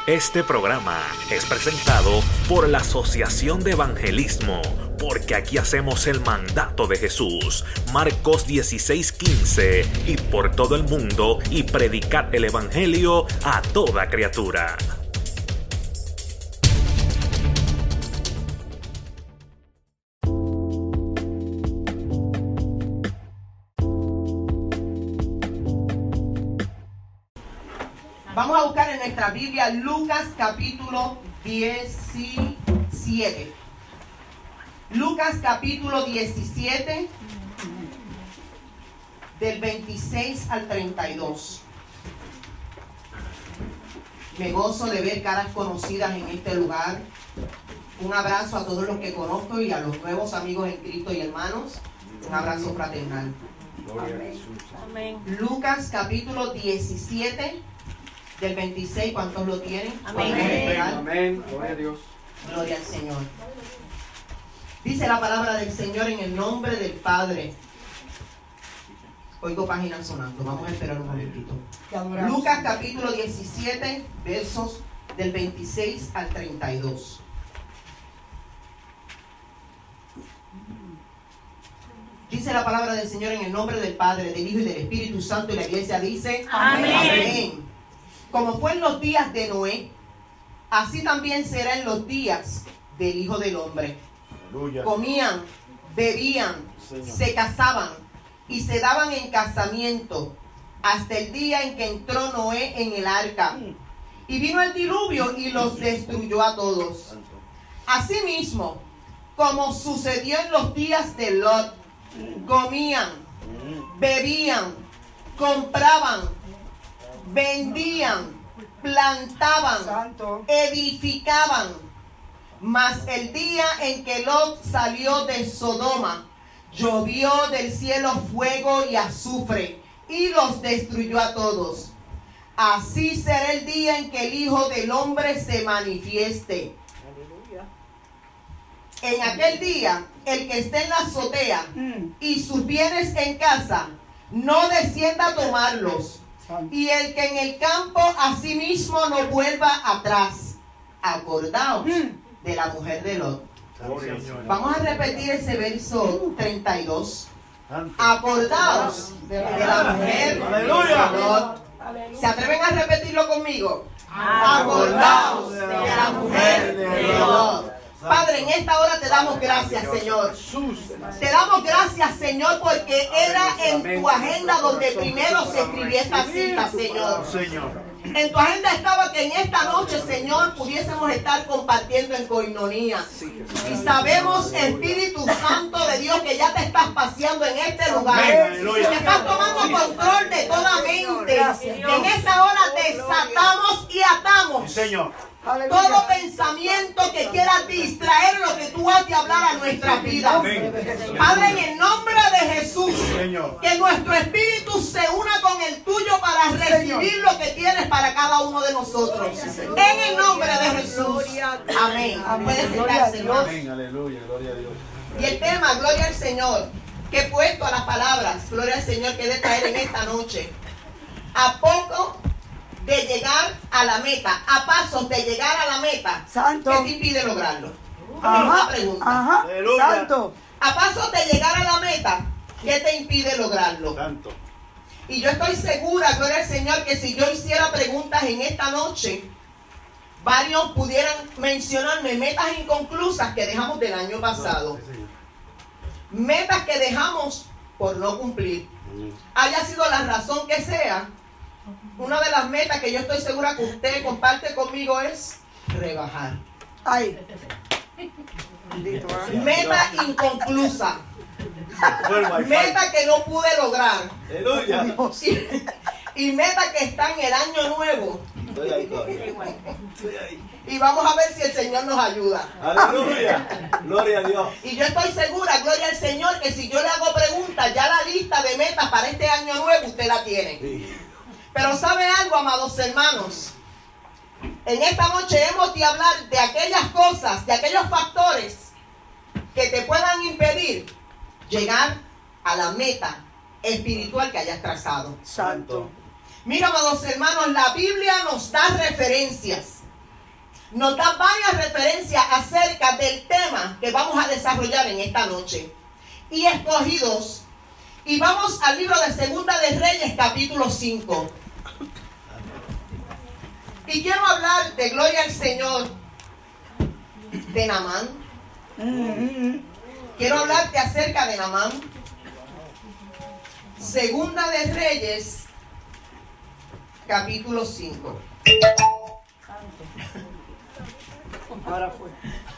Este programa es presentado por la Asociación de Evangelismo, porque aquí hacemos el mandato de Jesús, Marcos 16:15, y por todo el mundo, y predicad el Evangelio a toda criatura. Vamos a buscar en nuestra Biblia Lucas capítulo 17. Lucas capítulo 17, del 26 al 32. Me gozo de ver caras conocidas en este lugar. Un abrazo a todos los que conozco y a los nuevos amigos en Cristo y hermanos. Un abrazo fraternal. Amén. Lucas capítulo 17, del 26, ¿cuántos lo tienen? Amén. Amén. Gloria a Dios. Gloria al Señor. Dice la palabra del Señor en el nombre del Padre. Oigo páginas sonando. Vamos a esperar un momentito. Lucas capítulo 17, versos del 26 al 32. Dice la palabra del Señor en el nombre del Padre, del Hijo y del Espíritu Santo, y la iglesia dice: Amén. Amén. Como fue en los días de Noé, así también será en los días del Hijo del Hombre. Aleluya. Comían, bebían, Señor, se casaban y se daban en casamiento hasta el día en que entró Noé en el arca. Y vino el diluvio y los destruyó a todos. Asimismo, como sucedió en los días de Lot, comían, bebían, compraban, vendían, plantaban, Santo, edificaban. Mas el día en que Lot salió de Sodoma, llovió del cielo fuego y azufre, y los destruyó a todos. Así será el día en que el Hijo del Hombre se manifieste. Aleluya. En aquel día, el que esté en la azotea y sus bienes en casa, no descienda a tomarlos. Y el que en el campo asimismo no vuelva atrás. Acordaos de la mujer de Lot. Vamos a repetir ese verso 32. Acordaos de la mujer de Lot. ¿Se atreven a repetirlo conmigo? Acordaos de la mujer de Lot. Padre, en esta hora te damos gracias, Señor. Te damos gracias, Señor, porque era en tu agenda donde primero se escribió esta cita, Señor. En tu agenda estaba que en esta noche, Señor, pudiésemos estar compartiendo en coinonía. Y sabemos, Espíritu Santo de Dios, que ya te estás paseando en este lugar. Que estás tomando control de toda mente. En esta hora desatamos y atamos, Señor, todo pensamiento que quiera distraer lo que tú vas a hablar a nuestras vidas. Padre, en el nombre de Jesús, que nuestro espíritu se una con el tuyo para recibir lo que tienes para cada uno de nosotros. En el nombre de Jesús. Amén. Puedes sentarse, hermano. Amén. Aleluya. Gloria a Dios. Y el tema, gloria al Señor, que he puesto a las palabras, gloria al Señor, que he de traer en esta noche. A poco de llegar a la meta, a pasos de llegar a la meta, Santo, ¿qué te impide lograrlo? Una pregunta. Santo. A pasos de llegar a la meta, ¿qué te impide lograrlo? Santo. Y yo estoy segura, gloria al Señor, que si yo hiciera preguntas en esta noche, varios pudieran mencionarme metas inconclusas que dejamos del año pasado. Metas que dejamos por no cumplir. Haya sido la razón que sea, una de las metas que yo estoy segura que usted comparte conmigo es rebajar. Ay. Meta inconclusa. Meta que no pude lograr. Y meta que está en el año nuevo. Y vamos a ver si el Señor nos ayuda. Aleluya. Gloria a Dios. Y yo estoy segura, gloria al Señor, que si yo le hago preguntas, ya la lista de metas para este año nuevo usted la tiene. Sí. Pero ¿sabe algo, amados hermanos? En esta noche hemos de hablar de aquellas cosas, de aquellos factores que te puedan impedir llegar a la meta espiritual que hayas trazado. Santo. Mira, amados hermanos, la Biblia nos da referencias nos da varias referencias acerca del tema que vamos a desarrollar en esta noche. Y escogidos. Y vamos al libro de Segunda de Reyes, capítulo 5. Y quiero hablar de gloria al Señor de Naamán. Quiero hablarte acerca de Naamán. Segunda de Reyes, capítulo 5. Ahora fue.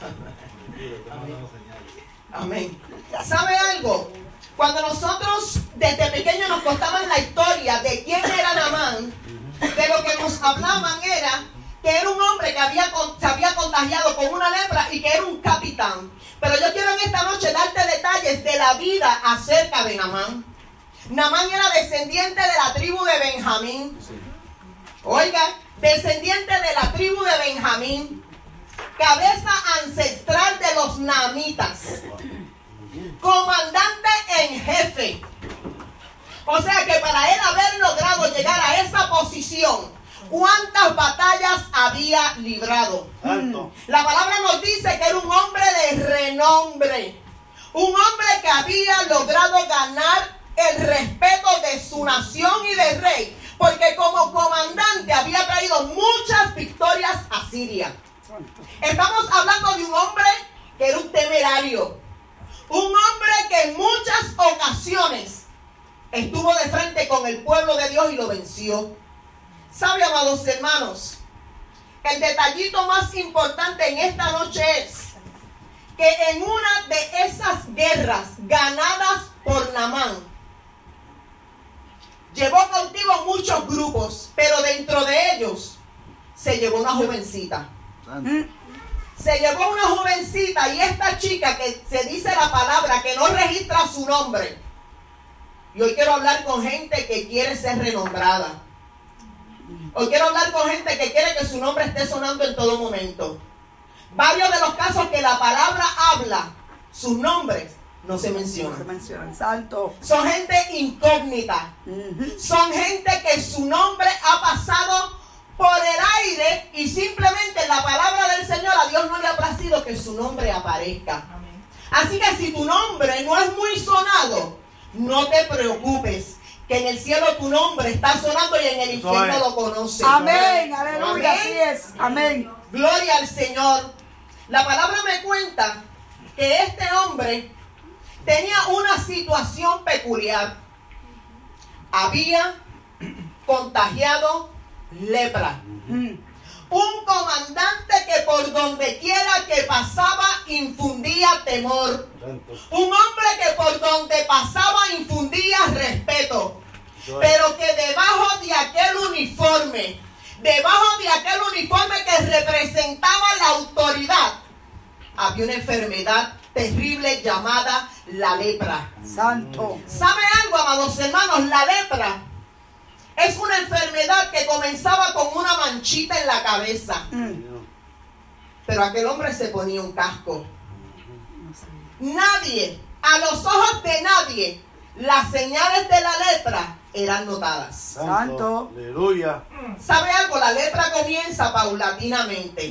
Amén. ¿Sabe algo? Cuando nosotros desde pequeños nos contaban la historia de quién era Naamán, de lo que nos hablaban era que era un hombre que se había contagiado con una lepra y que era un capitán. Pero yo quiero en esta noche darte detalles de la vida acerca de Naamán. Naamán era descendiente de la tribu de Benjamín. Oiga, descendiente de la tribu de Benjamín, cabeza ancestral de los naamitas, comandante en jefe. O sea que para él haber logrado llegar a esa posición, ¿cuántas batallas había librado? La palabra nos dice que era un hombre de renombre, un hombre que había logrado ganar el respeto de su nación y del rey, porque como comandante había traído muchas victorias a Siria. Estamos hablando de un hombre que era un temerario, un hombre que en muchas ocasiones estuvo de frente con el pueblo de Dios y lo venció. ¿Sabe, amados hermanos? El detallito más importante en esta noche es que en una de esas guerras ganadas por Naamán, llevó cautivo muchos grupos, pero dentro de ellos se llevó una jovencita. Se llevó una jovencita, y esta chica que se dice la palabra que no registra su nombre. Y hoy quiero hablar con gente que quiere ser renombrada. Hoy quiero hablar con gente que quiere que su nombre esté sonando en todo momento. Varios de los casos que la palabra habla, sus nombres no se mencionan. No se mencionan. Santo. Son gente incógnita. Son gente que su nombre ha pasado por el aire y simplemente en la palabra del Señor a Dios no le ha placido que su nombre aparezca. Así que si tu nombre no es muy sonado, no te preocupes, que en el cielo tu nombre está sonando y en el infierno lo conoces. Amén, aleluya, Amén. así es, amén. Gloria al Señor. La palabra me cuenta que este hombre tenía una situación peculiar. Había contagiado lepra. Un comandante que por donde quiera que pasaba infundía temor. Un hombre que por donde pasaba infundía respeto. Pero que debajo de aquel uniforme que representaba la autoridad, había una enfermedad terrible llamada la lepra. Santo. ¿Sabe algo, amados hermanos? La lepra es una enfermedad que comenzaba con una manchita en la cabeza. Pero aquel hombre se ponía un casco. Nadie, a los ojos de nadie, las señales de la lepra eran notadas. Santo. Aleluya. ¿Sabe algo? La lepra comienza paulatinamente.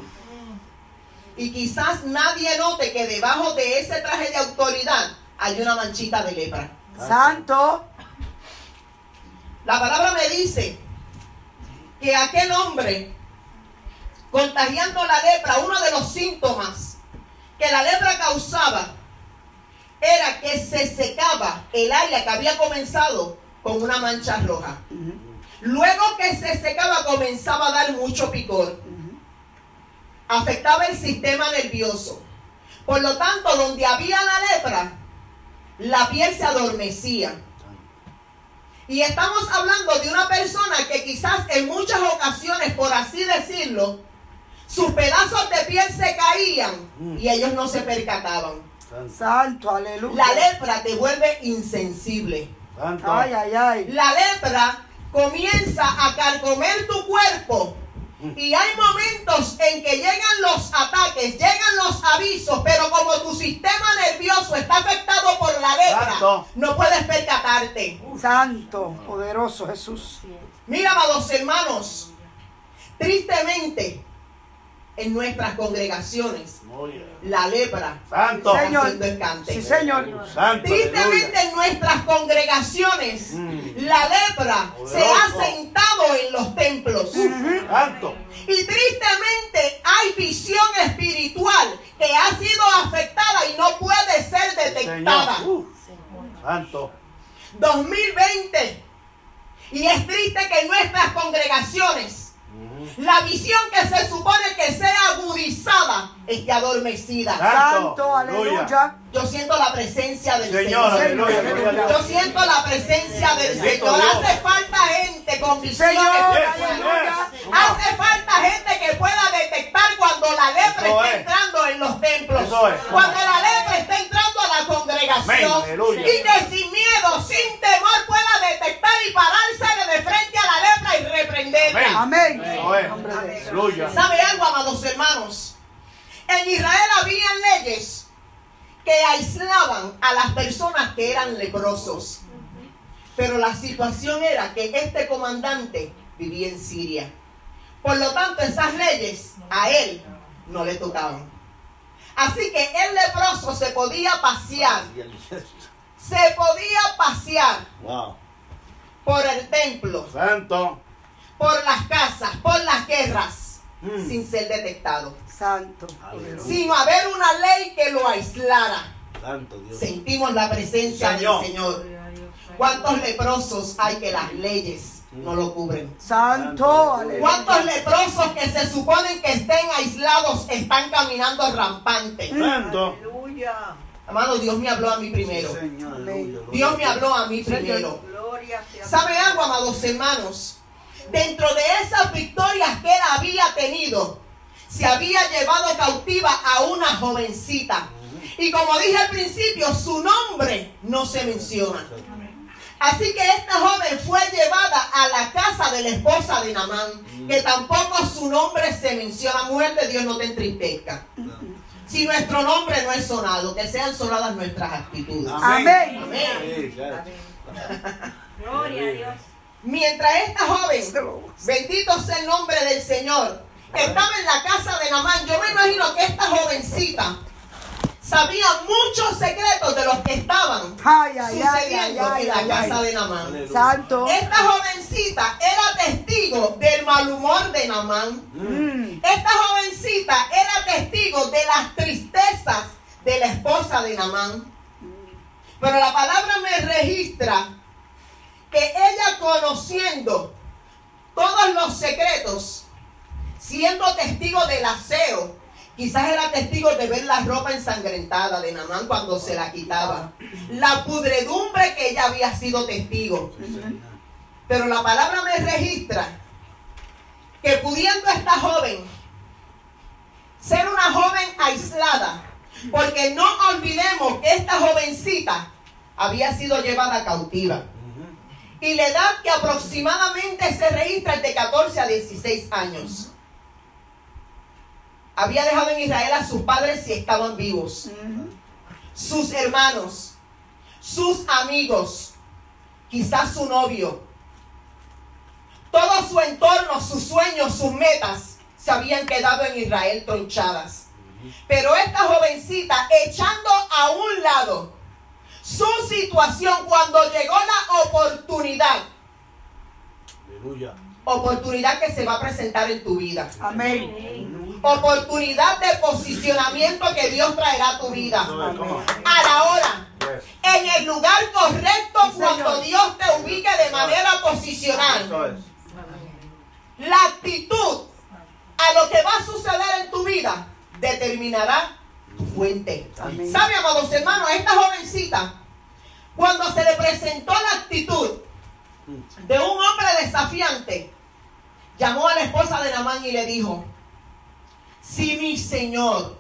Y quizás nadie note que debajo de ese traje de autoridad hay una manchita de lepra. Santo. La palabra me dice que aquel hombre, contagiando la lepra, uno de los síntomas que la lepra causaba era que se secaba el área que había comenzado con una mancha roja. Luego que se secaba comenzaba a dar mucho picor. Afectaba el sistema nervioso. Por lo tanto, donde había la lepra, la piel se adormecía. Y estamos hablando de una persona que quizás en muchas ocasiones, por así decirlo, sus pedazos de piel se caían y ellos no se percataban. Santo, aleluya. La lepra te vuelve insensible. Santo. Ay, ay, ay. La lepra comienza a carcomer tu cuerpo. Y hay momentos en que llegan los ataques, llegan los avisos, pero como tu sistema nervioso está afectado por la lepra, Santo. no puedes percatarte. Santo, poderoso Jesús. Mira, amados hermanos, tristemente, en nuestras congregaciones, Gloria. la lepra Santo. está Señor. haciendo escante. Sí, Señor. Santo. Tristemente aleluya. en nuestras congregaciones la lepra se Poderoso. ha sentado en los templos. Santo. Y tristemente hay visión espiritual que ha sido afectada y no puede ser detectada. Señor. Santo. 2020. Y es triste que en nuestras congregaciones la visión que se supone que sea agudizada esté adormecida. Santo, aleluya. Yo siento la presencia del Señor, Señor. aleluya. Gloria a Dios. Yo siento la presencia del Bendito Señor. Dios. Hace falta gente con visión Señor, espiritual. aleluya. Hace falta gente que pueda detectar cuando la lepra Eso está es. entrando en los templos. Eso es. Cuando la lepra está entrando a la congregación. Amén, aleluya. Y que sin miedo, sin temor pueda detectar y parársele de frente a la lepra y reprenderla. Amén. Eso es. Nombre de Jesús. Aleluya. ¿Sabe algo, amados hermanos? En Israel habían leyes que aislaban a las personas que eran leprosos. Pero la situación era que este comandante vivía en Siria. Por lo tanto, esas leyes a él no le tocaban. Así que el leproso se podía pasear. Se podía pasear Wow. por el templo, Santo. por las casas, por las guerras, sin ser detectado. Santo. Aleluya. Sin haber una ley que lo aislara. Santo Dios. Sentimos la presencia Señor. del Señor. ¿Cuántos leprosos hay que las leyes no lo cubren? Santo, aleluya. ¿Cuántos leprosos que se suponen que estén aislados están caminando rampantes? Santo. Aleluya. Amado, Dios me habló a mí primero. Señor, aleluya. Dios me habló a mí primero. Gloria sea. ¿Sabe algo, amados hermanos? Dentro de esas victorias que él había tenido, se había llevado cautiva a una jovencita. Y como dije al principio, su nombre no se menciona. Así que esta joven fue llevada a la casa de la esposa de Naamán, que tampoco su nombre se menciona. Mujer de Dios, no te entristezca. Si nuestro nombre no es sonado, que sean sonadas nuestras actitudes. Amén. Amén. Sí, claro. Gloria a Dios. Mientras esta joven, bendito sea el nombre del Señor, estaba en la casa de Naamán, yo me imagino que esta jovencita sabía muchos secretos de los que estaban Ay, ay, ay, sucediendo ay, en la ay, casa ay. de Naamán. Aleluya. Santo. Esta jovencita era testigo del mal humor de Naamán. Esta jovencita era testigo de las tristezas de la esposa de Naamán. Pero la palabra me registra que ella, conociendo todos los secretos, siendo testigo del aseo, quizás era testigo de ver la ropa ensangrentada de Naamán cuando se la quitaba, la pudredumbre que ella había sido testigo. Pero la palabra me registra que pudiendo esta joven ser una joven aislada, porque no olvidemos que esta jovencita había sido llevada cautiva. Y la edad que aproximadamente se registra es de 14 a 16 años. Había dejado en Israel a sus padres si estaban vivos, sus hermanos, sus amigos, quizás su novio. Todo su entorno, sus sueños, sus metas se habían quedado en Israel tronchadas. Pero esta jovencita, echando a un lado su situación, cuando llegó la oportunidad que se va a presentar en tu vida, Amén. oportunidad de posicionamiento que Dios traerá a tu vida, a la hora, en el lugar correcto, cuando Dios te ubique de manera posicional. Eso es. La actitud a lo que va a suceder en tu vida determinará tu fuente. Amén. ¿Sabe, amados hermanos? Esta jovencita, cuando se le presentó la actitud de un hombre desafiante, llamó a la esposa de Naamán y le dijo: si mi señor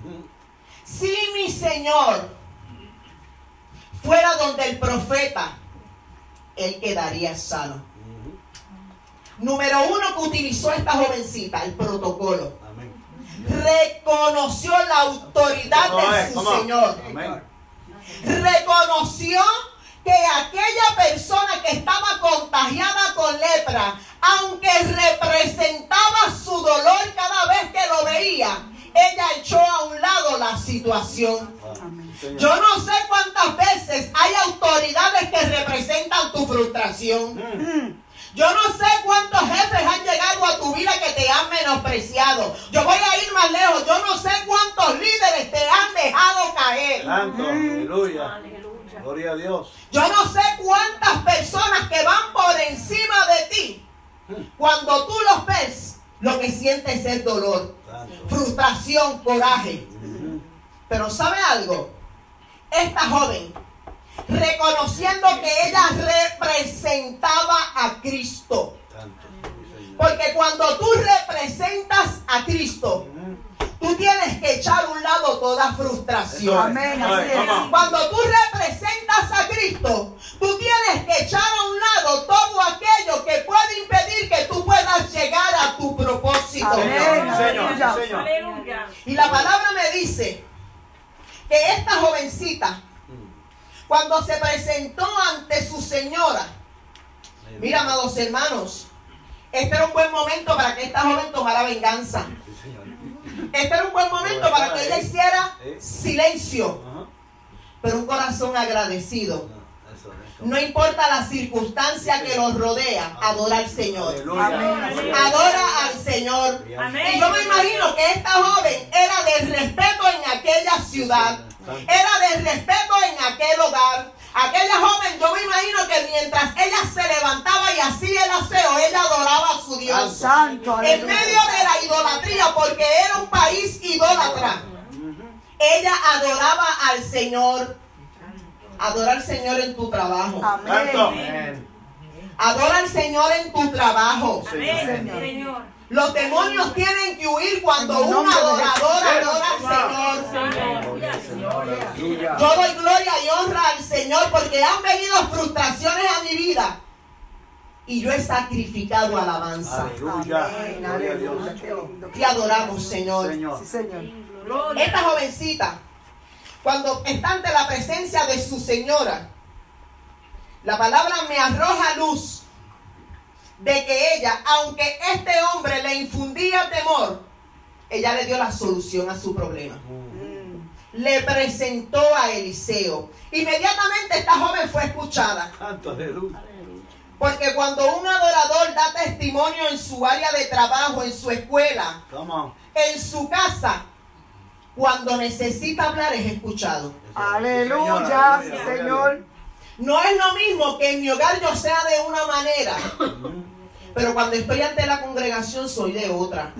fuera donde el profeta, él quedaría sano. Número uno que utilizó esta jovencita, el protocolo. Amén. Reconoció la autoridad de su Señor. Amén. Reconoció que aquella persona que estaba contagiada con lepra, aunque representaba su dolor cada vez que lo veía, ella echó a un lado la situación. Yo no sé cuántas veces hay autoridades que representan tu frustración. Yo no sé cuántos jefes han llegado a tu vida que te han menospreciado. Yo voy a ir más lejos. Yo no sé cuántos líderes te han dejado caer. Santo, aleluya. Gloria a Dios. Yo no sé cuántas personas que van por encima de ti. Cuando tú los ves, lo que sientes es dolor, frustración, coraje. Pero ¿sabe algo? Esta joven, reconociendo que ella representaba a Cristo. Porque cuando tú representas a Cristo, tú tienes que echar a un lado toda frustración. Amén, así es. Cuando tú representas a Cristo, tú tienes que echar a un lado todo aquello que puede impedir que tú puedas llegar a tu propósito. Amén. Señor. Aleluya. Y la palabra me dice que esta jovencita, cuando se presentó ante su señora, mira, amados hermanos, este era un buen momento para que esta joven tomara venganza. Este era un buen momento para que ella hiciera silencio, pero un corazón agradecido. No importa la circunstancia que los rodea, adora al Señor. Adora al Señor. Y yo me imagino que esta joven era de respeto en aquella ciudad, era de respeto en aquel hogar. Aquella joven, yo me imagino que mientras ella se levantaba y hacía el aseo, ella adoraba a su Dios. Santo, En medio de la idolatría, porque era un país idólatra, ella adoraba al Señor. Adora al Señor en tu trabajo. Amén. Adora al Señor en tu trabajo. Amén, Señor. Los demonios tienen que huir cuando un adorador adora al Señor. Yo doy gloria y honra al Señor porque han venido frustraciones a mi vida y yo he sacrificado alabanza. Aleluya. Amén, Gloria a Dios. aleluya. Qué lindo. Te adoramos, Señor. Sí, Señor. Esta jovencita, cuando está ante la presencia de su señora, la palabra me arroja luz de que ella, aunque este hombre le infundía temor, ella le dio la solución a su problema. Le presentó a Eliseo. Inmediatamente esta joven fue escuchada. Santo, aleluya. Porque cuando un adorador da testimonio en su área de trabajo, en su escuela, en su casa, cuando necesita hablar es escuchado. Aleluya, sí, Señor. No es lo mismo que en mi hogar yo sea de una manera, pero cuando estoy ante la congregación soy de otra.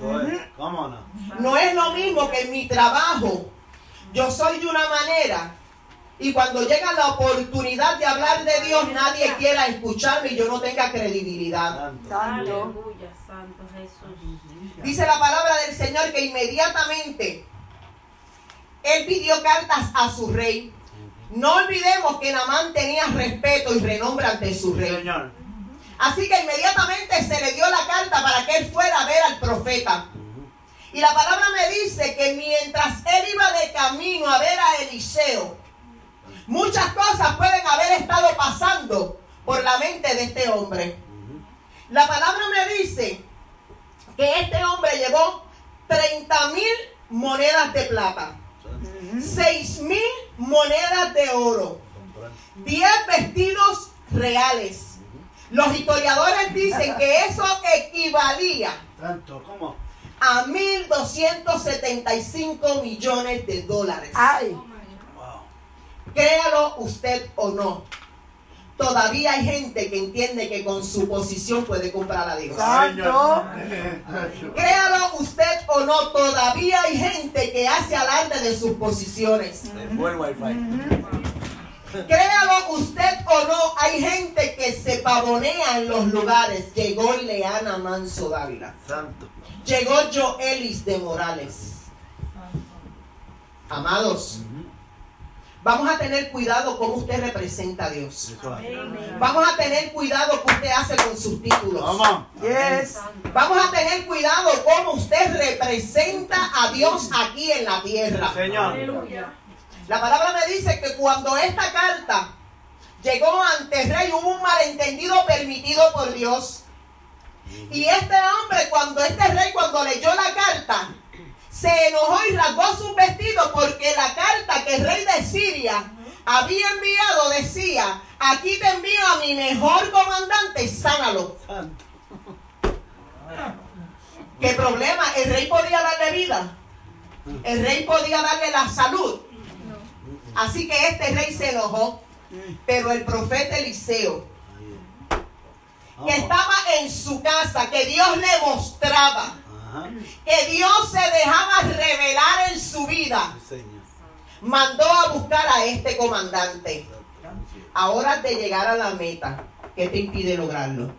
No es lo mismo que en mi trabajo yo soy de una manera y cuando llega la oportunidad de hablar de Dios nadie quiera escucharme y yo no tenga credibilidad. Aleluya, Santo Jesús. Dice la palabra del Señor que inmediatamente él pidió cartas a su rey. No olvidemos que Naamán tenía respeto y renombre ante su rey. Así que inmediatamente se le dio la carta para que él fuera a ver al profeta. Y la palabra me dice que mientras él iba de camino a ver a Eliseo, muchas cosas pueden haber estado pasando por la mente de este hombre. La palabra me dice que este hombre llevó 30,000 monedas de plata, 6,000 monedas de oro, 10 vestidos reales. Los historiadores dicen que eso equivalía a $1,275 millones. Ay. Créalo usted o no, todavía hay gente que entiende que con su posición puede comprar a Dios. Santo. Créalo usted o no, todavía hay gente que hace alarde de sus posiciones. Créalo usted o no, hay gente que se pavonea en los lugares. Llegó Ileana Manso Dávila. Llegó Joelis de Morales. Amados, vamos a tener cuidado cómo usted representa a Dios. Vamos a tener cuidado qué usted hace con sus títulos. Yes. Vamos a tener cuidado cómo usted representa a Dios aquí en la tierra. Aleluya. La palabra me dice que cuando esta carta llegó ante el rey, hubo un malentendido permitido por Dios. Y este hombre, cuando leyó la carta, se enojó y rasgó sus vestidos porque la carta que el rey de Siria había enviado decía: aquí te envío a mi mejor comandante, sánalo. Santo. ¿Qué problema? El rey podía darle vida. El rey podía darle la salud. Así que este rey se enojó. Pero el profeta Eliseo, que estaba en su casa, que Dios le mostraba, que Dios se dejaba revelar en su vida, mandó a buscar a este comandante. Ahora de llegar a la meta, ¿qué te impide lograrlo?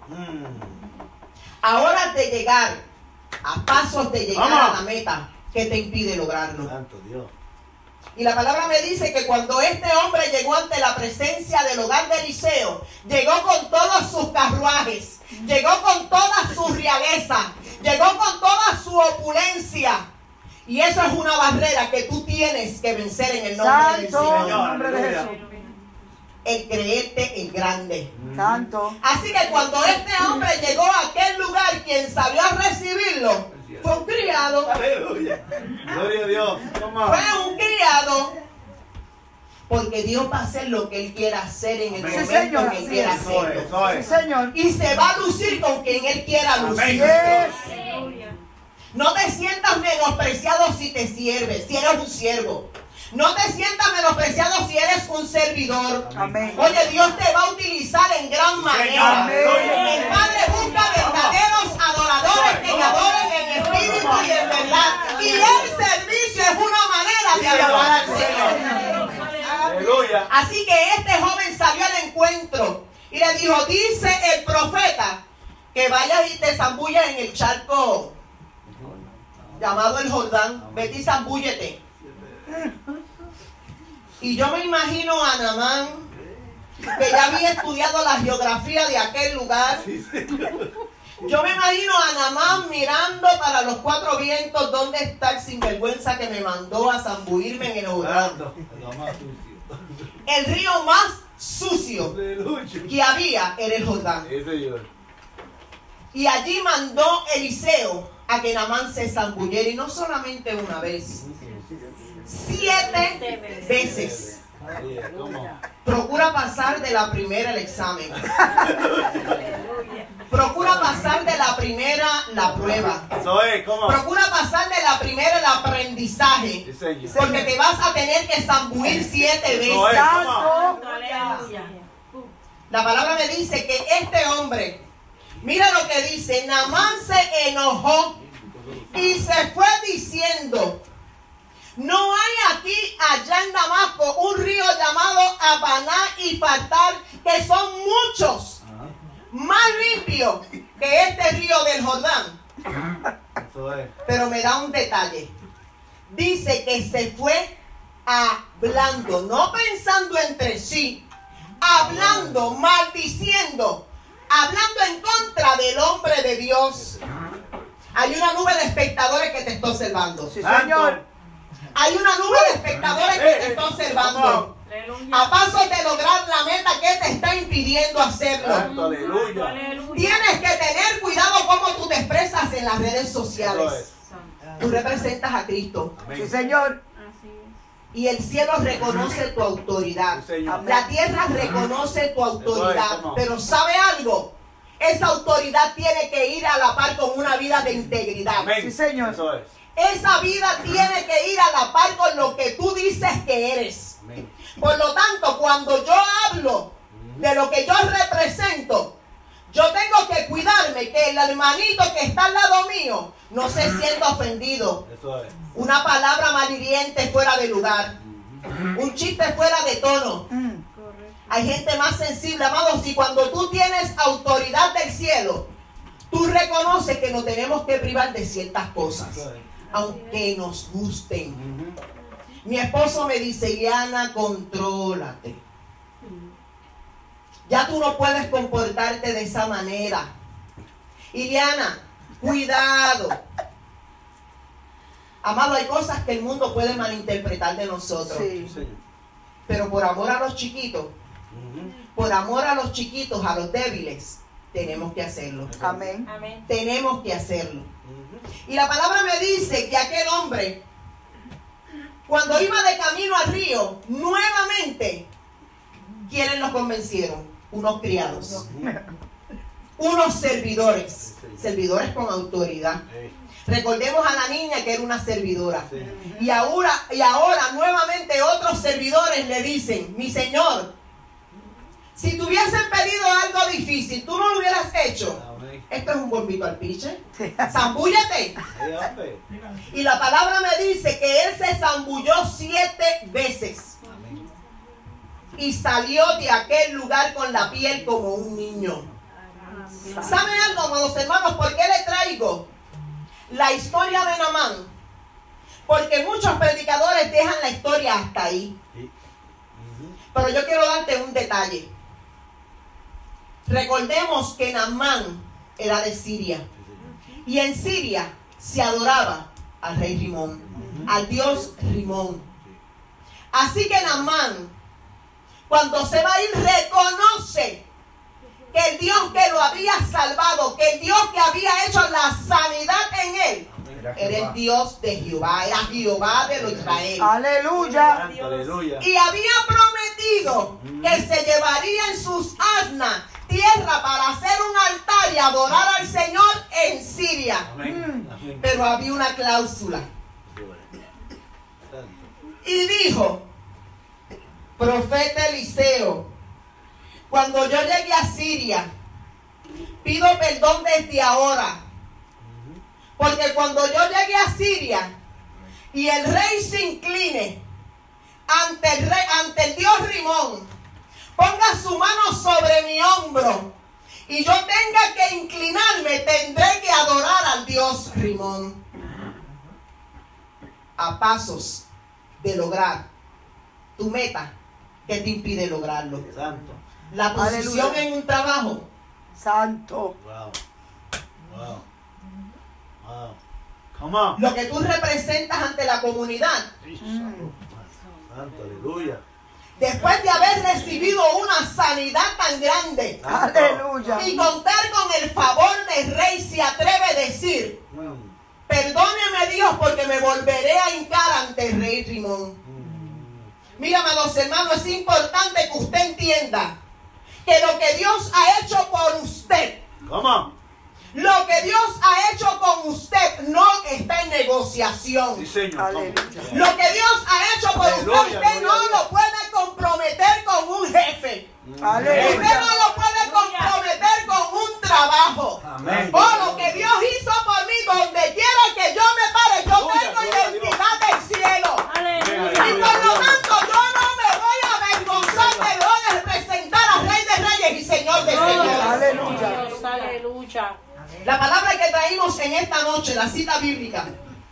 Ahora de llegar a pasos de llegar a la meta, ¿qué te impide lograrlo? Santo Dios. Y la palabra me dice que cuando este hombre llegó ante la presencia del hogar de Eliseo, llegó con todos sus carruajes, llegó con toda su realeza, llegó con toda su opulencia. Y eso es una barrera que tú tienes que vencer en el nombre del Santo, en el Señor. nombre de Jesús. El creerte el grande. Santo. Así que cuando este hombre llegó a aquel lugar, quien salió a recibirlo fue un criado. Aleluya. Gloria a Dios. Toma. Fue un criado. Porque Dios va a hacer lo que Él quiera hacer en el Amén. momento Sí, señor, que Él así quiera es. hacerlo. Eso Sí, es. Señor. Y se va a lucir con quien Él quiera lucir. Yes. No te sientas menospreciado si te sirves, si eres un siervo. No te sientas menospreciado si eres un servidor. Amén. Oye, Dios te va a utilizar en gran manera. Amén. El Padre busca verdaderos adoradores que le adoren en espíritu y en verdad. Y el servicio es una manera de alabar al Señor. Aleluya. Así que este joven salió al encuentro y le dijo: dice el profeta que vayas y te zambullas en el charco llamado el Jordán. Vete y zambúllete. Y yo me imagino a Naamán, que ya había estudiado la geografía de aquel lugar. Yo me imagino a Naamán mirando para los cuatro vientos dónde está el sinvergüenza que me mandó a zambullirme en el Jordán. Santo. Lo más sucio. El río más sucio Aleluya. que había era el Jordán. Sí, Señor. Y allí mandó Eliseo a que Naamán se zambulliera, y no solamente una vez, 7 veces. Así es. ¿Cómo? Procura pasar de la primera el examen. Procura pasar de la primera la prueba. Eso es. ¿Cómo? Procura pasar de la primera el aprendizaje. Sí, Señor. Porque te vas a tener que zambullir 7 veces. Eso es. ¿Cómo? Santo. La palabra me dice que este hombre, mira lo que dice: Naamán se enojó y se fue diciendo: no hay aquí, allá en Damasco, un río llamado Abaná y Fartar, que son muchos, más limpios que este río del Jordán. Eso es. Pero me da un detalle. Dice que se fue hablando, no pensando entre sí, hablando, maldiciendo, hablando en contra del hombre de Dios. Hay una nube de espectadores que te está observando. Sí, Señor. Hay una nube de espectadores que te está observando. A pasos de lograr la meta que te está impidiendo hacerlo. Santo. Aleluya. Tienes que tener cuidado cómo tú te expresas en las redes Eso sociales. es. Tú representas a Cristo. Sí, Amén. Señor. Y el cielo reconoce tu autoridad. Sí, Señor. La tierra reconoce tu autoridad. Eso es, ¿cómo? Pero ¿sabe algo? Esa autoridad tiene que ir a la par con una vida de integridad. Amén. Sí, Señor. Eso es. Esa vida tiene que ir a la par con lo que tú dices que eres. Amén. Por lo tanto, cuando yo hablo de lo que yo represento, yo tengo que cuidarme que el hermanito que está al lado mío no se sienta ofendido. Eso es. Una palabra malhiriente fuera de lugar. Un chiste fuera de tono. Hay gente más sensible, amados, y cuando tú tienes autoridad del cielo, tú reconoces que nos tenemos que privar de ciertas cosas, Eso es. aunque nos gusten. Mi esposo me dice: Iliana, contrólate. Ya tú no puedes comportarte de esa manera. Iliana, cuidado. Amado, hay cosas que el mundo puede malinterpretar de nosotros. Sí. Sí, Señor. Pero por amor a los chiquitos, por amor a los chiquitos, a los débiles, tenemos que hacerlo. Amén. Amén. Tenemos que hacerlo. Y la palabra me dice que aquel hombre, cuando iba de camino al río, nuevamente, ¿quiénes lo convencieron? Unos criados. Unos servidores. Servidores con autoridad. Recordemos a la niña que era una servidora. Y ahora nuevamente otros servidores le dicen: mi señor, si te hubiesen pedido algo difícil, tú no lo hubieras hecho. Esto es un bombito al piche. Zambúllate. Y la palabra me dice que él se zambulló 7 veces. Y salió de aquel lugar con la piel como un niño. ¿Saben algo, amados hermanos? ¿Por qué le traigo la historia de Naamán? Porque muchos predicadores dejan la historia hasta ahí. Pero yo quiero darte un detalle. Recordemos que Naamán era de Siria. Y en Siria se adoraba al rey Rimón, al dios Rimón. Así que Naamán, cuando se va a ir, reconoce que el Dios que lo había salvado, que el Dios que había hecho la sanidad en él, era el Dios de Jehová, era Jehová de los Israel. Aleluya. Aleluya. Y había prometido que se llevaría en sus asnas tierra para hacer un altar y adorar al Señor en Siria. Amén. Pero había una cláusula. Y dijo: profeta Eliseo, cuando yo llegue a Siria, pido perdón desde ahora. Porque cuando yo llegue a Siria y el rey se incline ante el dios Rimón, ponga su mano sobre mi hombro y yo tenga que inclinarme, tendré que adorar al dios Rimón. A pasos de lograr tu meta, ¿qué te impide lograrlo? Santo. La posición Aleluya. en un trabajo. Santo. Wow. Wow. Wow. Come on. Lo que tú representas ante la comunidad. Santo, aleluya. Después de haber recibido una sanidad tan grande Aleluya. y contar con el favor del rey, se atreve a decir: perdóneme Dios, porque me volveré a hincar ante el rey Rimón. Mira, amados hermanos, es importante que usted entienda que lo que Dios ha hecho por usted, Come on. lo que Dios ha hecho con usted, no está en negociación. Sí, señor. Aleluya. Lo que Dios ha hecho por Aleluya, usted, usted no gloria a Dios. lo puede comprometer con un jefe. Usted Aleluya. no lo puede comprometer con un trabajo. Amén. Oh, lo que Dios hizo por mí, donde quiera que yo me pare, yo Aleluya, tengo gloria a Dios. identidad del cielo. Aleluya. Y por lo tanto, yo no me voy a avergonzar de lo de representar al Rey de Reyes y Señor de Señores. Aleluya. Dios, aleluya. La palabra que traímos en esta noche, la cita bíblica.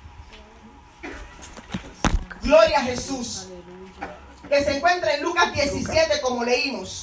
Gloria a Jesús. Que se encuentra en Lucas 17, como leímos.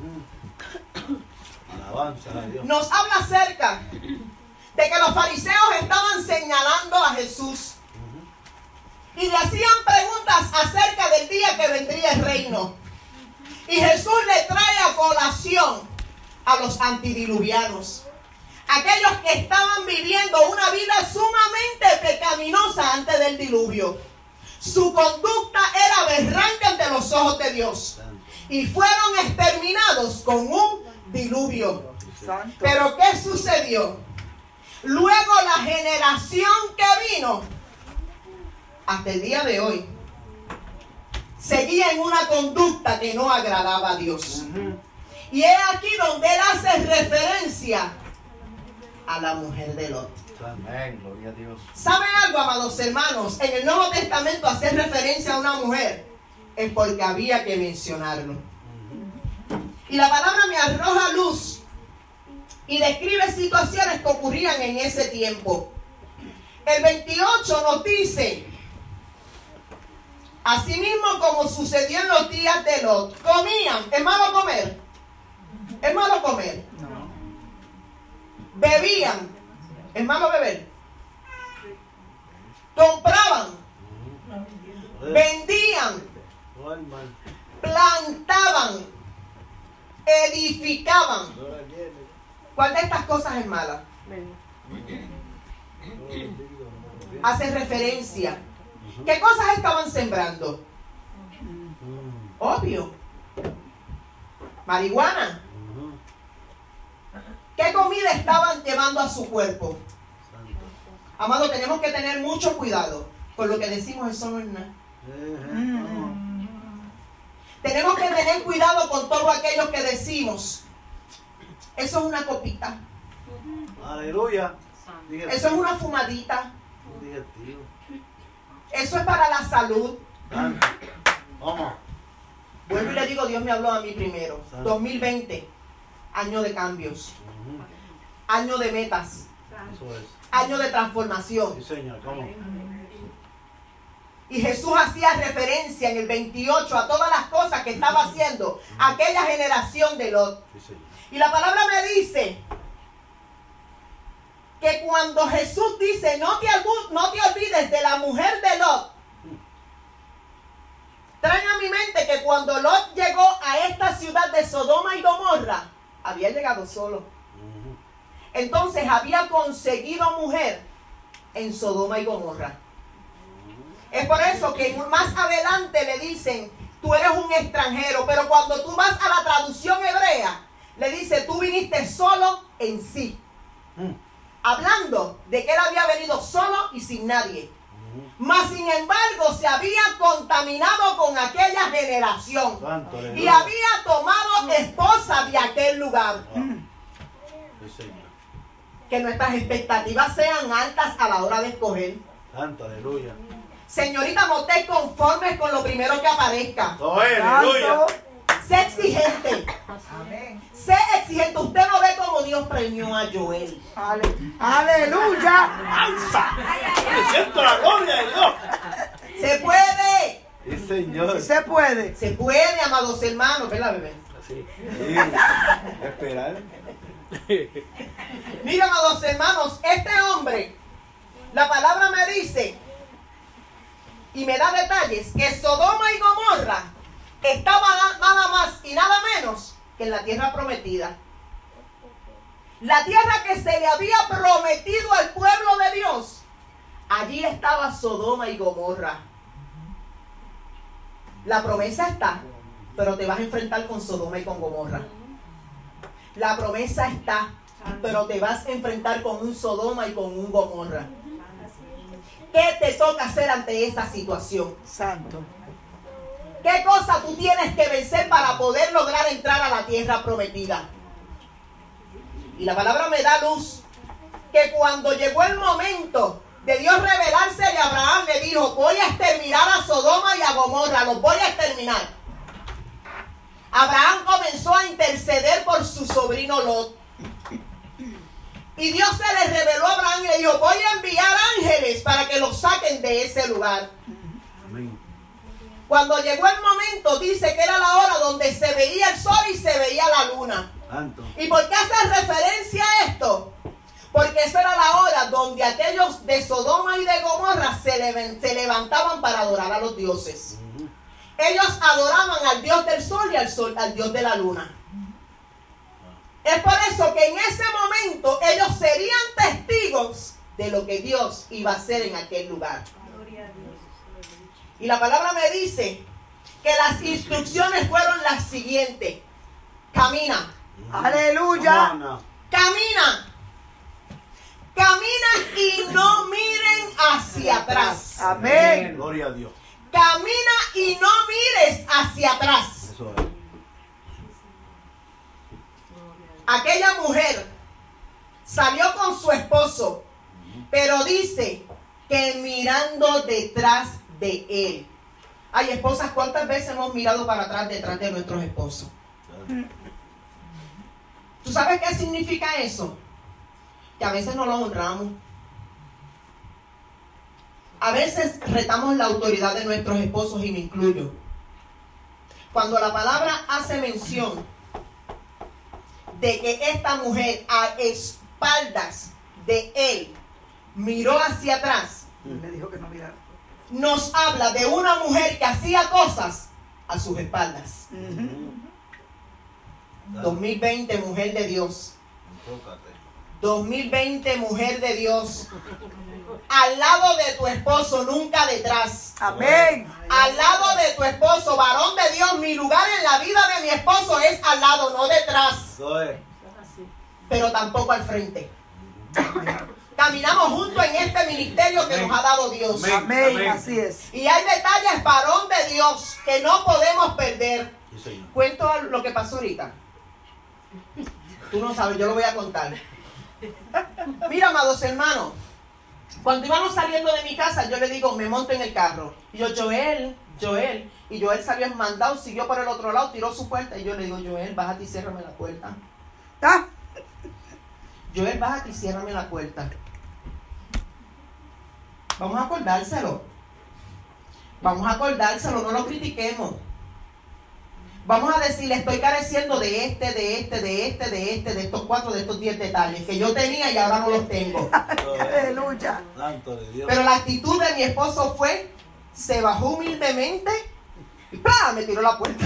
Alabanza a Dios. Nos habla acerca de que los fariseos estaban señalando a Jesús y le hacían preguntas acerca del día que vendría el reino. Y Jesús le trae a colación a los antidiluvianos, aquellos que estaban viviendo una vida sumamente pecaminosa antes del diluvio. Su conducta era aberrante ante los ojos de Dios y fueron exterminados con un diluvio. Santo. Pero ¿qué sucedió? Luego la generación que vino hasta el día de hoy seguía en una conducta que no agradaba a Dios. Y es aquí donde él hace referencia a la mujer de Lot. Amén, gloria a Dios. ¿Saben algo, amados hermanos? En el Nuevo Testamento hacer referencia a una mujer es porque había que mencionarlo. Y la palabra me arroja luz y describe situaciones que ocurrían en ese tiempo. El 28 nos dice: asimismo como sucedió en los días de Lot, comían. ¿Es malo comer? ¿Es malo comer? Bebían. ¿Es malo beber? Compraban, vendían, Oh, hermano. plantaban, edificaban. ¿Cuál de estas cosas es mala? Hace referencia. ¿Qué cosas estaban sembrando? Obvio. Marihuana. ¿Qué comida estaban llevando a su cuerpo? Amado, tenemos que tener mucho cuidado con lo que decimos. Eso no es nada. Tenemos que tener cuidado con todo aquello que decimos. Eso es una copita. Aleluya. Eso es una fumadita. Eso es para la salud. Vamos. Vuelvo y le digo, Dios me habló a mí primero. 2020, año de cambios, año de metas, Eso es. año de transformación. Sí, Señor. ¿Cómo? Y Jesús hacía referencia en el 28 a todas las cosas que estaba haciendo aquella generación de Lot. Sí, Señor. Y la palabra me dice que cuando Jesús dice, no te olvides de la mujer de Lot, traen a mi mente que cuando Lot llegó a esta ciudad de Sodoma y Gomorra, había llegado solo. Entonces había conseguido mujer en Sodoma y Gomorra. Es por eso que más adelante le dicen, tú eres un extranjero, pero cuando tú vas a la traducción hebrea, le dice, tú viniste solo en sí. Hablando de que él había venido solo y sin nadie. Mas sin embargo se había contaminado con aquella generación. Santo, Y aleluya. había tomado esposa de aquel lugar. Sí, Señor. Que nuestras expectativas sean altas a la hora de escoger. Santo, aleluya. Señorita, no te conformes con lo primero que aparezca. Oh, aleluya. Sé exigente. Sé exigente. Usted no ve como Dios premió a Joel. Aleluya. ¡Alza! ¡Me siento la gloria de Dios! Se puede. Sí, Señor. Si se puede. Se puede, amados hermanos. ¿Verdad, bebé? Sí. Esperar. Mira, amados hermanos, este hombre, la palabra me dice y me da detalles que Sodoma y Gomorra estaba nada más y nada menos que en la tierra prometida. La tierra que se le había prometido al pueblo de Dios. Allí estaba Sodoma y Gomorra. La promesa está, pero te vas a enfrentar con Sodoma y con Gomorra. La promesa está, pero te vas a enfrentar con un Sodoma y con un Gomorra. ¿Qué te toca hacer ante esa situación? Santo. ¿Qué cosa tú tienes que vencer para poder lograr entrar a la tierra prometida? Y la palabra me da luz que cuando llegó el momento de Dios revelarse a Abraham, le dijo, voy a exterminar a Sodoma y a Gomorra, los voy a exterminar. Abraham comenzó a interceder por su sobrino Lot. Y Dios se le reveló a Abraham y le dijo, voy a enviar ángeles para que los saquen de ese lugar. Amén. Cuando llegó el momento, dice que era la hora donde se veía el sol y se veía la luna. Santo. ¿Y por qué hace referencia a esto? Porque esa era la hora donde aquellos de Sodoma y de Gomorra se levantaban para adorar a los dioses. Ellos adoraban al Dios del sol y al Dios de la luna. Es por eso que en ese momento ellos serían testigos de lo que Dios iba a hacer en aquel lugar. Y la palabra me dice que las instrucciones fueron las siguientes. Camina. Aleluya. Hermana. Camina. Camina y no miren hacia atrás. Amén. Gloria a Dios. Camina y no mires hacia atrás. Eso es. Aquella mujer salió con su esposo, pero dice que mirando detrás de él. Ay, esposas, ¿cuántas veces hemos mirado para atrás detrás de nuestros esposos? ¿Tú sabes qué significa eso? Que a veces no los honramos. A veces retamos la autoridad de nuestros esposos y me incluyo. Cuando la palabra hace mención de que esta mujer a espaldas de él miró hacia atrás, Me dijo que no mirara. nos habla de una mujer que hacía cosas a sus espaldas. 2020, mujer de Dios. Tócate. 2020, mujer de Dios. Al lado de tu esposo, nunca detrás. Amén. Al lado de tu esposo, varón de Dios. Mi lugar en la vida de mi esposo es al lado, no detrás. Eso es. Pero tampoco al frente. Caminamos juntos en este ministerio que nos ha dado Dios. Amén. Amén. Así es. Y hay detalles, varón de Dios, que no podemos perder. Sí, señor. Cuento lo que pasó ahorita. Tú no sabes, yo lo voy a contar. Mira, amados hermanos, cuando íbamos saliendo de mi casa, yo le digo, me monto en el carro. Y yo, Joel. Y Joel salió mandado, siguió por el otro lado, tiró su puerta. Y yo le digo, Joel, bájate y ciérrame la puerta. ¿Ah? Joel, bájate y ciérrame la puerta. Vamos a acordárselo. No lo critiquemos. Vamos a decirle, estoy careciendo de estos 4, de estos 10 detalles que yo tenía y ahora no los tengo. Aleluya. Santo de Dios. Pero la actitud de mi esposo fue, se bajó humildemente y ¡pah! Me tiró la puerta.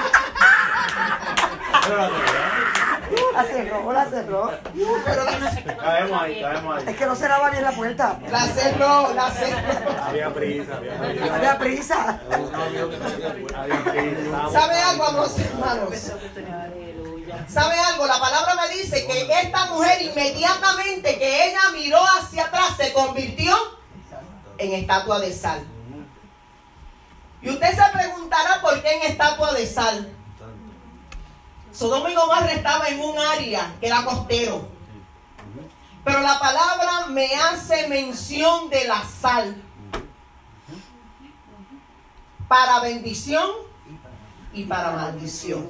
La cerró. Pero Caemos ahí. Es que no cerraba bien la puerta. la cerró. Había prisa. Había prisa. Había prisa. ¿Sabe algo, amados hermanos? ¿Sabe algo? La palabra me dice que esta mujer inmediatamente que ella miró hacia atrás se convirtió en estatua de sal. Y usted se preguntará por qué en estatua de sal. Sodoma y Gomorra estaba en un área que era costero. Pero la palabra me hace mención de la sal. Para bendición y para maldición.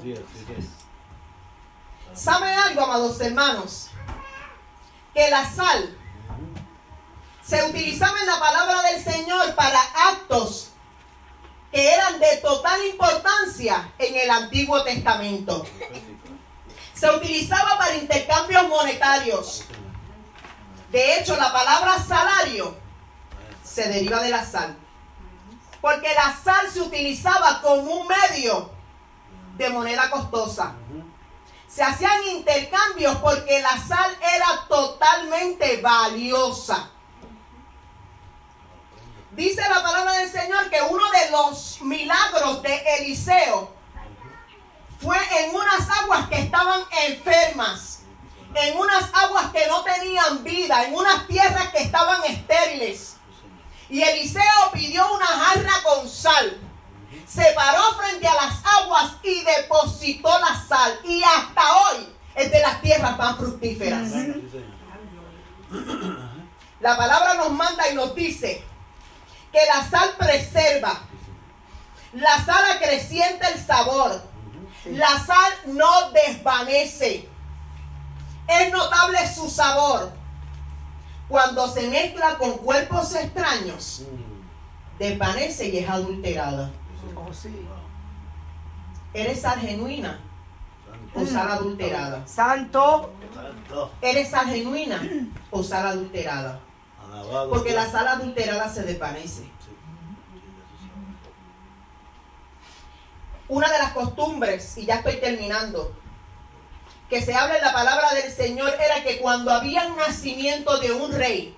¿Sabe algo, amados hermanos? Que la sal se utilizaba en la palabra del Señor para actos que eran de total importancia en el Antiguo Testamento. Se utilizaba para intercambios monetarios. De hecho, la palabra salario se deriva de la sal. Porque la sal se utilizaba como un medio de moneda costosa. Se hacían intercambios porque la sal era totalmente valiosa. Dice la palabra del Señor que uno de los milagros de Eliseo fue en unas aguas que estaban enfermas, en unas aguas que no tenían vida, en unas tierras que estaban estériles. Y Eliseo pidió una jarra con sal, se paró frente a las aguas y depositó la sal. Y hasta hoy es de las tierras más fructíferas. La palabra nos manda y nos dice que la sal preserva, la sal acrecienta el sabor, la sal no desvanece. Es notable su sabor. Cuando se mezcla con cuerpos extraños, desvanece y es adulterada. Oh, sí. ¿Eres sal genuina o sal adulterada? Santo. ¿Eres sal genuina o sal adulterada? Porque la sal adulterada se desvanece. Una de las costumbres, y ya estoy terminando, que se habla en la palabra del Señor era que cuando había un nacimiento de un rey,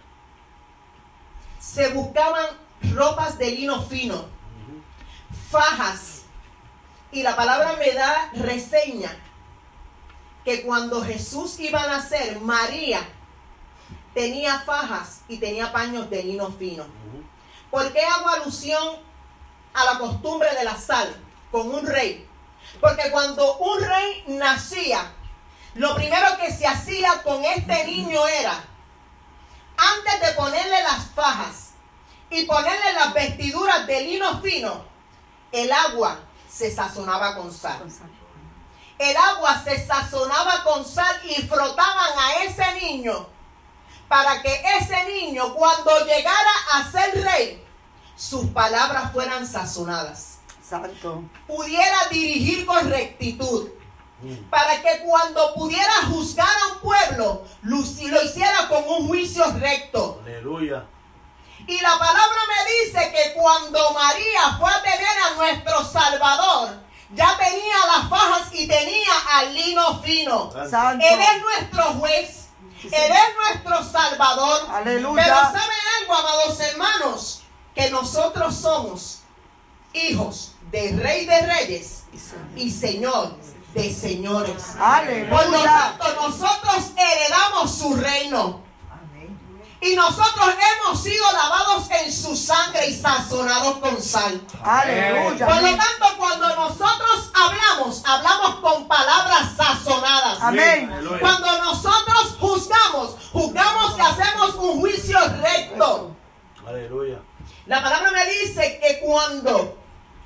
se buscaban ropas de lino fino, fajas, y la palabra me da reseña que cuando Jesús iba a nacer, María tenía fajas y tenía paños de lino fino. ¿Por qué hago alusión a la costumbre de la sal con un rey? Porque cuando un rey nacía, lo primero que se hacía con este niño era, antes de ponerle las fajas y ponerle las vestiduras de lino fino, el agua se sazonaba con sal. El agua se sazonaba con sal y frotaban a ese niño para que ese niño, cuando llegara a ser rey, sus palabras fueran sazonadas. Santo. Pudiera dirigir con rectitud. Para que cuando pudiera juzgar a un pueblo, lo hiciera con un juicio recto. Aleluya. Y la palabra me dice que cuando María fue a tener a nuestro Salvador, ya tenía las fajas y tenía al lino fino. Santo. Él es nuestro juez. Él es nuestro salvador. Aleluya. Pero ¿saben algo, amados hermanos? Que nosotros somos hijos del Rey de Reyes y Señor de señores. Aleluya. Por lo tanto, nosotros heredamos su reino. Y nosotros hemos sido lavados en su sangre y sazonados con sal. Aleluya. Por lo tanto, cuando nosotros hablamos con palabras sazonadas. Amén. Aleluya. Cuando nosotros juzgamos y hacemos un juicio recto. Aleluya. La palabra me dice que cuando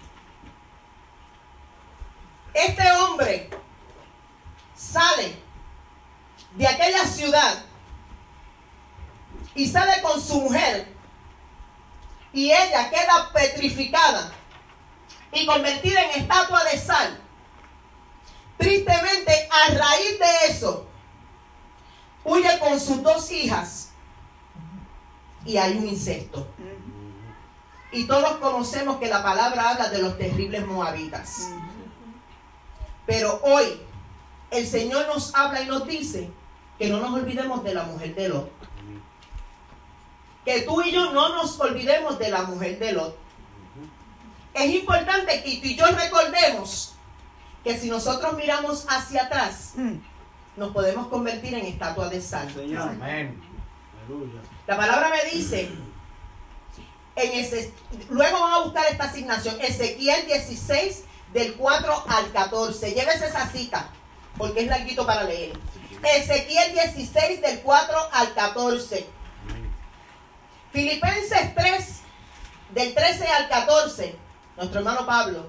este hombre sale de aquella ciudad y sale con su mujer y ella queda petrificada y convertida en estatua de sal, tristemente a raíz de eso huye con sus 2 hijas y hay un incesto. Y todos conocemos que la palabra habla de los terribles moabitas. Pero hoy el Señor nos habla y nos dice que no nos olvidemos de la mujer de Lot. Que tú y yo no nos olvidemos de la mujer de Lot. Es importante que tú y yo recordemos que si nosotros miramos hacia atrás, nos podemos convertir en estatuas de sal. Señor. Amén. Aleluya. La palabra me dice, luego van a buscar esta asignación, Ezequiel 16, del 4 al 14. Llévese esa cita, porque es larguito para leer. Ezequiel 16, del 4 al 14. Filipenses 3, del 13 al 14. Nuestro hermano Pablo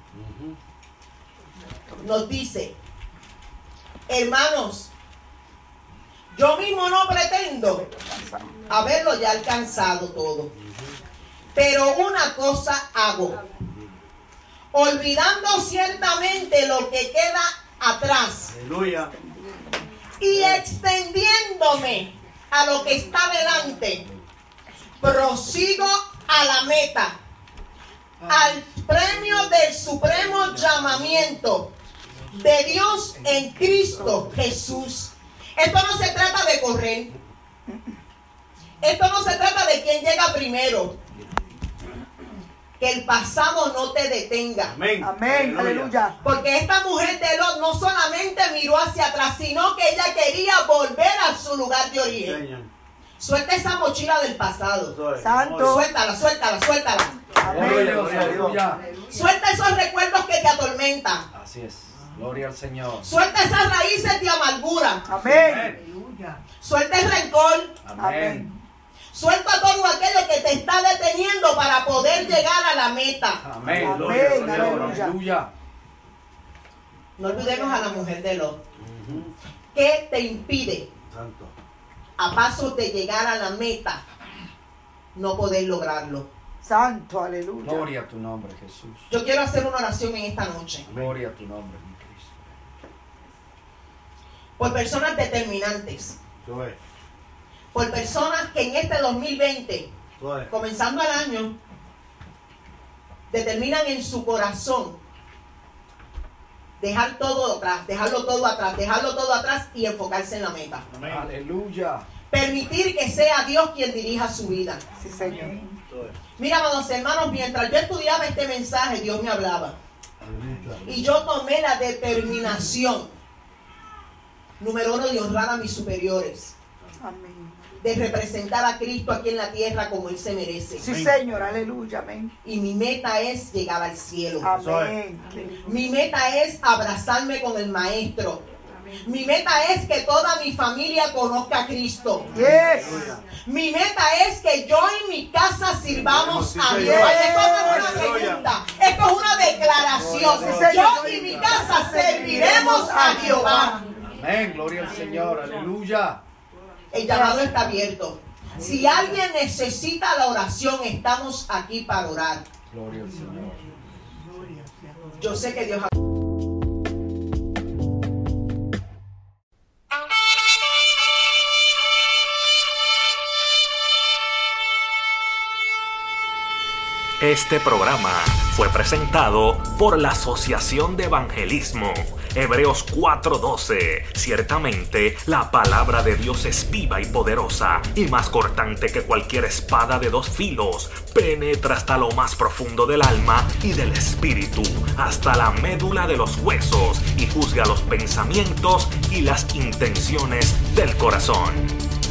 nos dice: hermanos, yo mismo no pretendo haberlo ya alcanzado todo, pero una cosa hago, olvidando ciertamente lo que queda atrás Aleluya. y extendiéndome a lo que está delante, prosigo a la meta, al premio del supremo llamamiento de Dios en Cristo Jesús. Esto no se trata de correr. Esto no se trata de quién llega primero. Que el pasado no te detenga. Amén. Amén. Aleluya. Porque esta mujer de Lot no solamente miró hacia atrás, sino que ella quería volver a su lugar de origen. Señor. Suelta esa mochila del pasado. Eso es. Santo. Suéltala, suéltala, suéltala. Aleluya, aleluya. Suelta esos recuerdos que te atormentan. Así es. Gloria al Señor. Suelta esas raíces de amargura. Amén. Suelta el rencor. Amén. Suelta todo aquello que te está deteniendo para poder llegar a la meta. Amén. Gloria al Amén. Señor. Aleluya. Aleluya. No olvidemos a la mujer de Lot. ¿Qué te impide, Santo. a pasos de llegar a la meta, no poder lograrlo? Santo. Aleluya. Gloria a tu nombre, Jesús. Yo quiero hacer una oración en esta noche Gloria a tu nombre, mi Cristo. por personas determinantes, Eso es. por personas que en este 2020, Eso es. comenzando el año, determinan en su corazón dejar todo atrás, dejarlo todo atrás y enfocarse en la meta. Amén. Aleluya. Permitir que sea Dios quien dirija su vida. Sí, Señor. Eso es. Mira, amados hermanos, mientras yo estudiaba este mensaje, Dios me hablaba. Aleluya. Y yo tomé la determinación, número 1, de honrar a mis superiores, Amén. de representar a Cristo aquí en la tierra como Él se merece. Sí, Señor. Aleluya. Amén. Y mi meta es llegar al cielo. Amén. Mi meta es abrazarme con el Maestro. Mi meta es que toda mi familia conozca a Cristo. Yes. Mi meta es que yo y mi casa sirvamos Sí, a Señor. Dios. Esto no es una Aleluya. pregunta, esto es una declaración. Sí, Señor. Yo y mi casa serviremos a Jehová. Amén. Gloria al Señor. Aleluya. El llamado está abierto. Si alguien necesita la oración, estamos aquí para orar. Gloria al Señor. Yo sé que Dios ha... Este programa fue presentado por la Asociación de Evangelismo Hebreos 4:12. Ciertamente, la palabra de Dios es viva y poderosa, y más cortante que cualquier espada de dos filos. Penetra hasta lo más profundo del alma y del espíritu, hasta la médula de los huesos, y juzga los pensamientos y las intenciones del corazón.